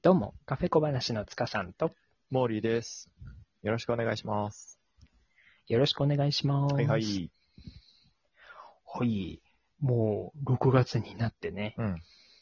どうも、カフェ小話の塚さんと、 モーリーです。よろしくお願いします。 よろしくお願いします。 はいはい。 はい。もう、6月になってね、 うん。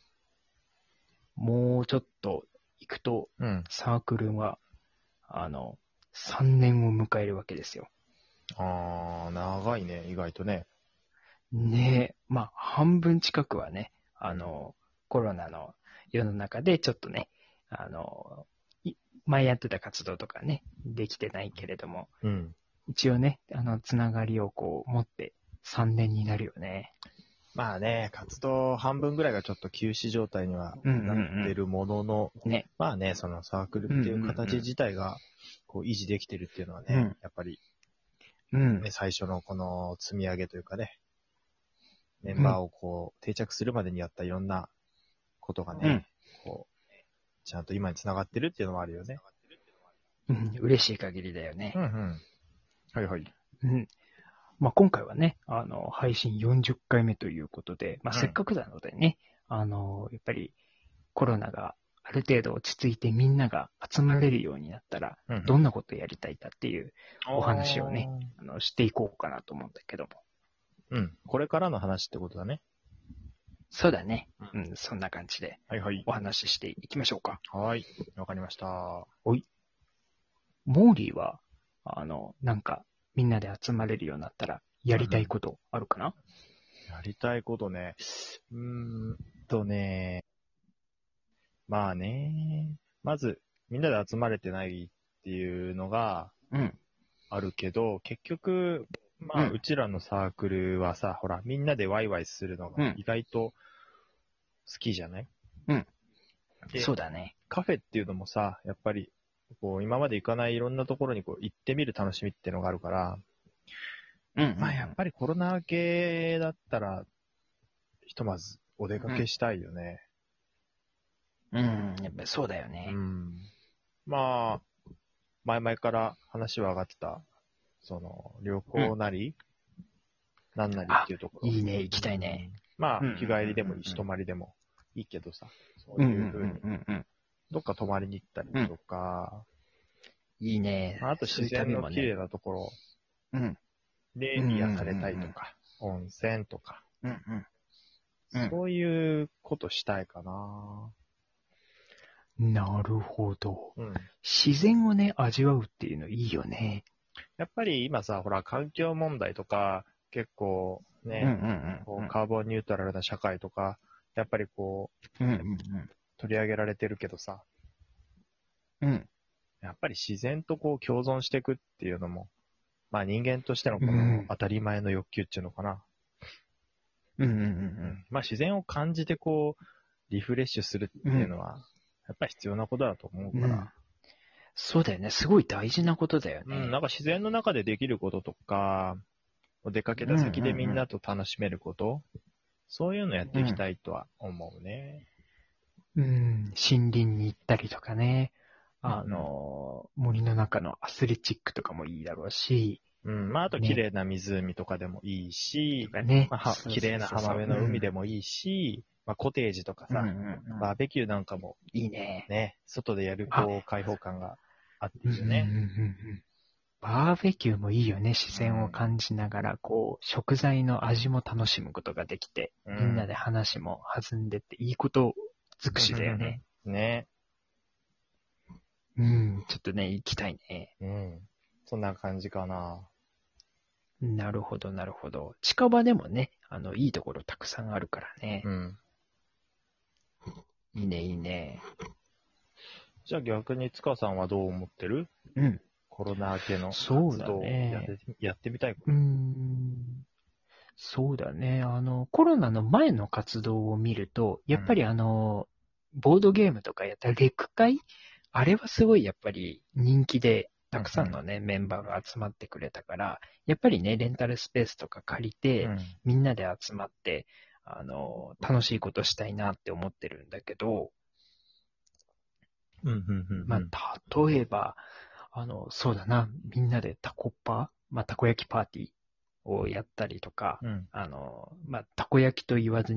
もうちょっと行くと、 うん。 サークルは、3年を迎えるわけですよ。 長いね、意外とね。 ねえ、まあ、半分近くはね、 うんコロナの世の中でちょっとね、い前やってた活動とかね、できてないけれども、 うん。 一応ね、つながりを持って3年になるよね。 まあね、活動半分ぐらいがちょっと休止状態にはうんうんなってるものの、 ね。 まあね、そのサークルっていう形自体がこう維持できてるっていうのはね、 うん。 やっぱりうん。 ね、最初のこの積み上げというかね、メンうん。 バーをこう定着するまでにやったいろんなことがね、 うん。 こう、ちゃんと今につながってるっていうのもあるよね。 うん。嬉しい限りだよね。 うんうん。はいはい。 うん。まあ、今回はね、配信40回目ということで、まあ、 うん。 せっかくなのでね、やっぱりコロナがある程度落ち着いてみんなが集まれるようになったら、 うんうん。 どんなことやりたいかっていうお話をね、 あしていこうかなと思うんだけども。 うん。これからの話ってことだね。 そうだね。うん、そんな感じではいはい。 お話ししていきましょうか。 はい。わかりました。 おい。モーリーは、なんか、みんなで集まれるようになったら、やりたいことあるかな？ やりたいことね。うーんね。まあね。まず、みんなで集まれてないっていうのがうん。 あるけど、結局、まあ、 うん。 うちらのサークルはさ、ほら、みんなでワイワイするのがうん。 意外と好きじゃない？ うん。 で、 そうだね。 カフェっていうのもさ、やっぱり、こう、今まで行かないいろんなところにこう行ってみる楽しみっていうのがあるから、 うんうんまあやっぱりコロナ明けだったら、ひとまずお出かけしたいよね。 うん。うん。やっぱりそうだようね。 ん。まあ、前々から話は上がってた、その、旅うん。 行なり、なんなりっあ、 ていうところ。 いいね。行きたいね。 うん。まあ、 うんうん日帰りでもいいし、 うん泊まりでもいいけどさ、そううんうん。 いう風に、 うんうんうんどっか泊まりに行ったりうん。うん。 とか、 いいね。 まあ、あとそういう自然旅もね。 の綺麗なところうん。うんでうん癒されたいうんとか、温泉とか、 うん。うんうん。 そういうことしたいかな。 うん。なるほど。 うん。 自然をね、味わうっていうのいいよね。 やっぱり今さ、ほら、環境問題とか、結構ね、 うんうんうんうん。 こうカーボンニュートラルな社会とか、やっぱりこう、 うんうん取り上げられてるけどさ、 うん。うん。 やっぱり自然とこう共存していくっていうのも、まあ人間としてのこのうん当たり前の欲求っていうのかな。 うんうんううんん。まあ自然を感じてこう、リフレッシュするうん。うん。 っていうのは、やっぱり必要なことだと思ううん。 から、 そうだよね。すごい大事なことだようん、なんね。 か自然の中でできることとか、お出かけうんうんた先でみんなと楽しめること、そういうのやっていきうん。 たいとは思うね。 うん。うん。森林に行ったりとかね。 うん森の中のアスレチックとかもいいだろうし、 うん。うん。まあ、あと綺ね。 麗な湖とかでもいいし、 とかね。 まあ、 そう綺麗なそうそうそう。 浜辺の海でもいいし、まあ、コテージとかうんうんさ、 うんうん。 バーベキューなんかもいいね。 ね、外でやるあ、 こう開放感があってうんうんうんういいよね。 ん。バーベキューもいいよね。自然をうん。 感じながら、食材の味も楽しむことができて、 うみんなでん。 話も弾んでっていいこと尽くしだよね。 ね。 うん、ちょっとね、行きたいね。 うん。そんな感じかな。 なるほど、なるほど。近場でもね、いいところたくさんあるからね。 うん。 いいね、いいね。 じゃあ逆に塚さんはどう思ってる？ うん。 コロナ明けのそうだ活動ね。 やってみたいこうーん。そうだね。コロナの前の活動を見ると、 と。 やっぱりボードゲームとかやったレク会あれはすごいやっぱり人気で、たくさんのね、メンバーが集まってくれたから、やっぱりね、レンタルスペースとか借りて、 うん。 みんなで集まって、楽しいことしたいなって思ってるんだけど、 うん。うん。 まあ、例えば、そうだな、みんなでたこ焼きパーティーをやったりとか、 うん。 まあ、たこ焼きと言わずにね、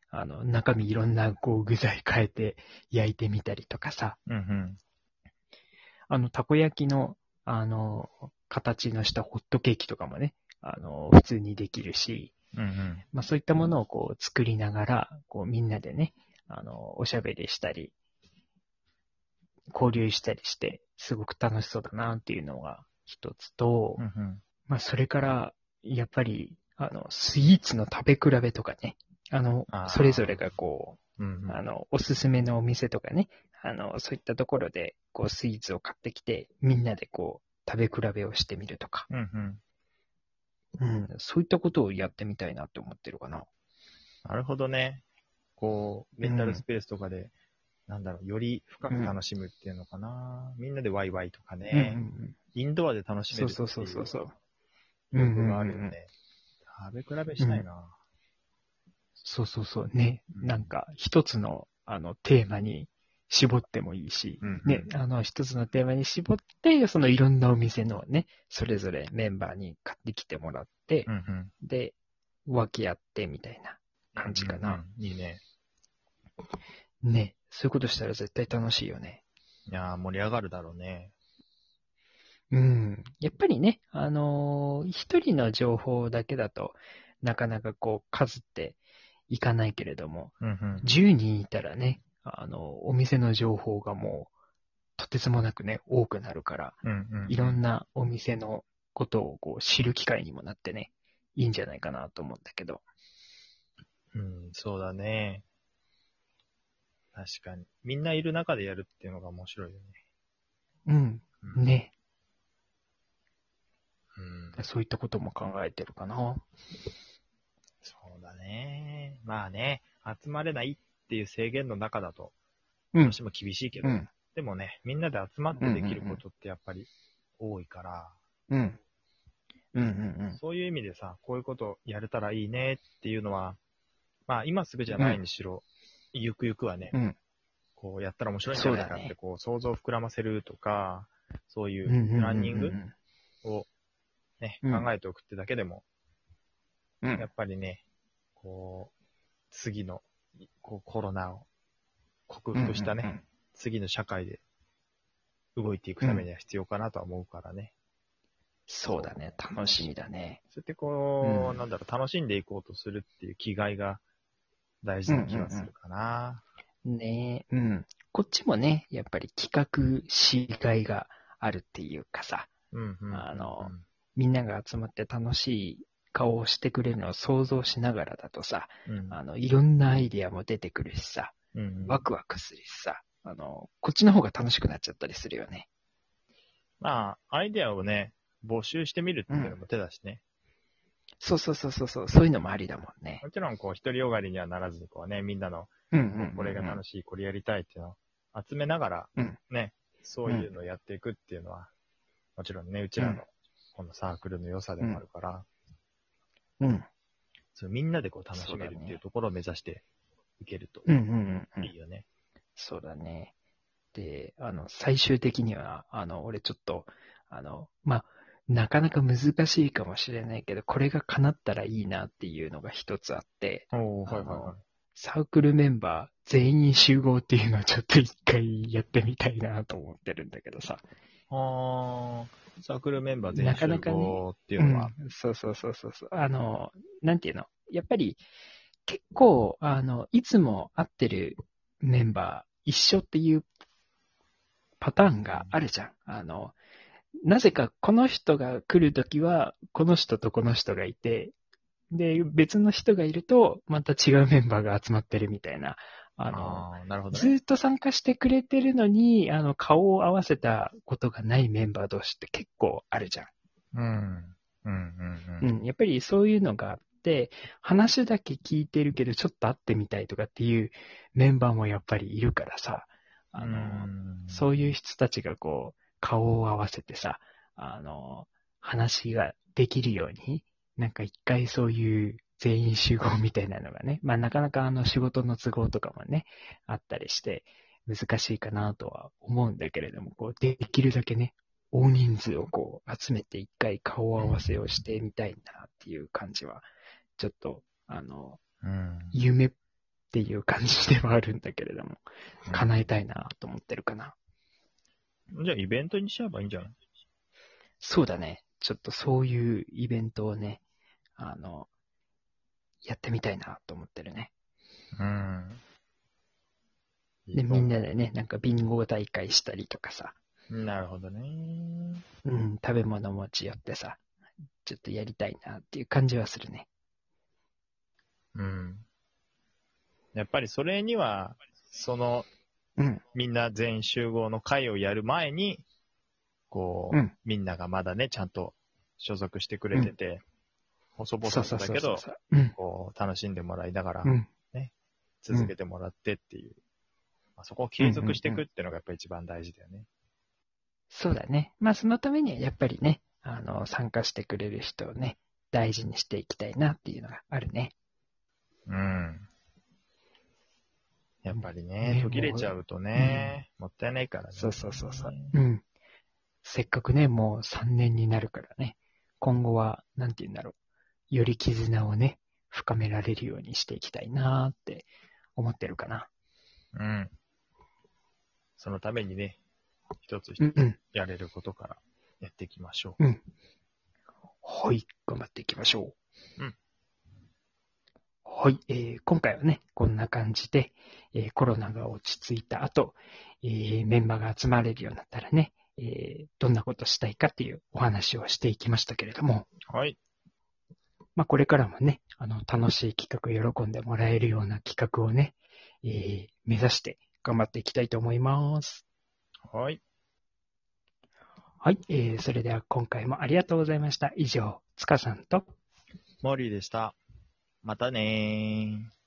中身いろんなこう具材変えて焼いてみたりとかさ、 うんうん。 たこ焼きの、形のしたホットケーキとかもね、普通にできるし、 うんうん。 まあそういったものをこう作りながら、こうみんなでね、おしゃべりしたり、交流したりして、すごく楽しそうだなっていうのが一つと、 うんうん。 まあそれから、やっぱり、スイーツの食べ比べとかね、それぞれがこうんうん。 おすすめのお店とかね、そういったところで、こう、スイーツを買ってきて、みんなでこう、食べ比べをしてみるとか、 うんうん。 うん、そういったことをやってみたいなって思ってるかな。 なるほどね。こう、 うん、 レンタルスペースとかで、より深くうん、 楽しむっていうのかな。みんなでワイワイとかうん、うね。 ん。 インドアで楽しめるそうそうっていうそうそうそう。うん、うん、 魅うん、 力があるようん。 ね。食べ比べうん、 したいな。 そうそうそう。ね。 うん。 なんか、一つの、テーマに絞ってもいいし、ね。 うんうん。 一つのテーマに絞って、そのいろんなお店のね、それぞれメンバーに買ってきてもらって、 うんうん。 で、分け合ってみたいなうん感じかな。 うん。いいね。 ね。そういうことしたら絶対楽しいよね。 いやー、盛り上がるだろうね。 うん。やっぱりね、一人の情報だけだとなかなかこう数っていかないけれども、 うんうん。 10人いたらね、お店の情報がもうとてつもなくね、多くなるから、 うんうんいろんなお店のことをこう知る機会にもなってね、いいんじゃないかなと思うんだけど。 うん。うん、そうだね。確かに。みんないる中でやるっていうのが面白いよね。 うん。ね。 うん。 そういったことも考えてるかな。 そうだね。まあね、集まれないっていう制限の中だと、 うん。 どうしても厳しいけど、 うん。 でもね、みんなで集まっうん。うてできるこん。 とってやっぱり多いから、 うん。うん。うん。 そういう意味でさ、こういうことやれたらいいねっていうのは、まあ今すぐじゃないうん。 にしろ、ゆくゆくはね、 うん。 こうやったら面白いんじゃないかってそうだね。 こう想像を膨らませるとか、そういうん。ううん。 プランニングうん。 をね、 うん。うん。 考えておくってだけでも、 うん。 やっぱりね、こう、次のこうコロナを克うん。う服したね、 ん。 次の社会で動いていくうん。 ためには必要かなとは思うからね。 そうだね。楽しみだね。 そうやってうこう、 ん。 楽しんでいこうとするっていう気概が大事うん。うな気がするん。 かな。 うん。ねえ。うん。こっちもね、やっぱり企画しがいがあるっていうかさ、 うん、うん、うん、 あの、 うん。 みんなが集まって楽しい顔をしてくれるのを想像しながらだとさ、 うん、 いろんなアイディアも出てくるしさ、 うん。 ワクワクするしさ、こっちの方が楽しくなっちゃったりするよね。 まあ、アイデアをね、募集してみるうん。 っていうのも手だしね。 そうそうそうそうそう、そういうのもありだもんね。 もちろん、こう、独りよがりにはならずに、こうね、みんなの、 うんうんこれが楽しい、これやりたいっていうのを集めながら、 うんうん。 ね、そううんいうのをやっていくっていうのは、もちろんね、うちうんらの、このサークルの良さでうんもあるから、 うん。 そうみんなでこう楽しめるっていうそうだね。 ところを目指していけるとうんうんうんうん。 いいよね。 そうだね。で、最終的には、俺ちょっと、まあ、なかなか難しいかもしれないけど、これが叶ったらいいなっていうのが一つあって、 おー、はいはいはい。 あの、サークルメンバー全員集合っていうのをちょっと一回やってみたいなと思ってるんだけどさ。 サークルメンバー全員なかな集かね、 合っていううん、 のは、 そうそうそうそうそう。なんていうの、やっぱり結構、いつも会ってるメンバー一緒っていうパターンがあるじゃん。なぜかこの人が来るときは、この人とこの人がいて、で、別の人がいると、また違うメンバーが集まってるみたいな、 なるほどね。 ずっと参加してくれてるのに、顔を合わせたことがないメンバー同士って結構あるじゃん。 うん。うん、うん、 うん、やっぱりそういうのがあって、話だけ聞いてるけど、ちょっと会ってみたいとかっていうメンバーもやっぱりいるからさ、 うん。うそういうん。 人たちがこう、顔を合わせてさ、話ができるように、なんか一回そういう全員集合みたいなのがね、まあなかなか仕事の都合とかもね、あったりして難しいかなとは思うんだけれども、こう、できるだけね、大人数をこう集めて一回顔合わせをしてみたいなっていう感じは、ちょっと、 うん。 夢っっていう感じではあるんだけれども、叶えたいなと思ってるかな。 じゃあイベントにしちゃえばいいんじゃない？ そうだね。ちょっとそういうイベントをね、やってみたいなと思ってるね。 うん。 で、みんなでね、なんかビンゴ大会したりとかさ、 なるほどね。 うん、食べ物持ち寄ってさ、ちょっとやりたいなっていう感じはするね。 うん。やっぱりそれには、 うん、 みんな全員集合の会をやる前に、 うん、 みんながまだね、ちゃんと所属してくうん。 れてて、細々 そうそうとだけど、 そうそうそう。うん、 楽しんでもらいながら、 うん、 ね、 うん、 続けてもらってっていう、まあ、そこをうん、 継続していうん。 くっていうのがやっぱり一番大事だよね。 そうだね。まあ、そのためにはやっぱりね、参加してくれる人をね、大事にしていきたいなっていうのがあるね。 うん。やっぱりね、 ね、 途切れもう、 ちゃうとうん。 ね、もったいないからね。 そうそうそうそう。うん。せっかくね、もう3年になるからね、今後は、なんて言うんだろう。より絆をね、深められるようにしていきたいなって思ってるかな。 うん。そのためにね、一つ一つうんうん。 やれることからやっていきましょうん。はい。頑張っていきましょう。うん。 う。はい。今回はね、こんな感じで、コロナが落ち着いた後、メンバーが集まれるようになったらね、どんなことしたいかっていうお話をしていきましたけれども、 はい。 まあ、これからもね、楽しい企画、喜んでもらえるような企画をね、目指して頑張っていきたいと思います。 はい。 はい。それでは今回もありがとうございました。以上、つかさんと、 モーリーでした。またねー。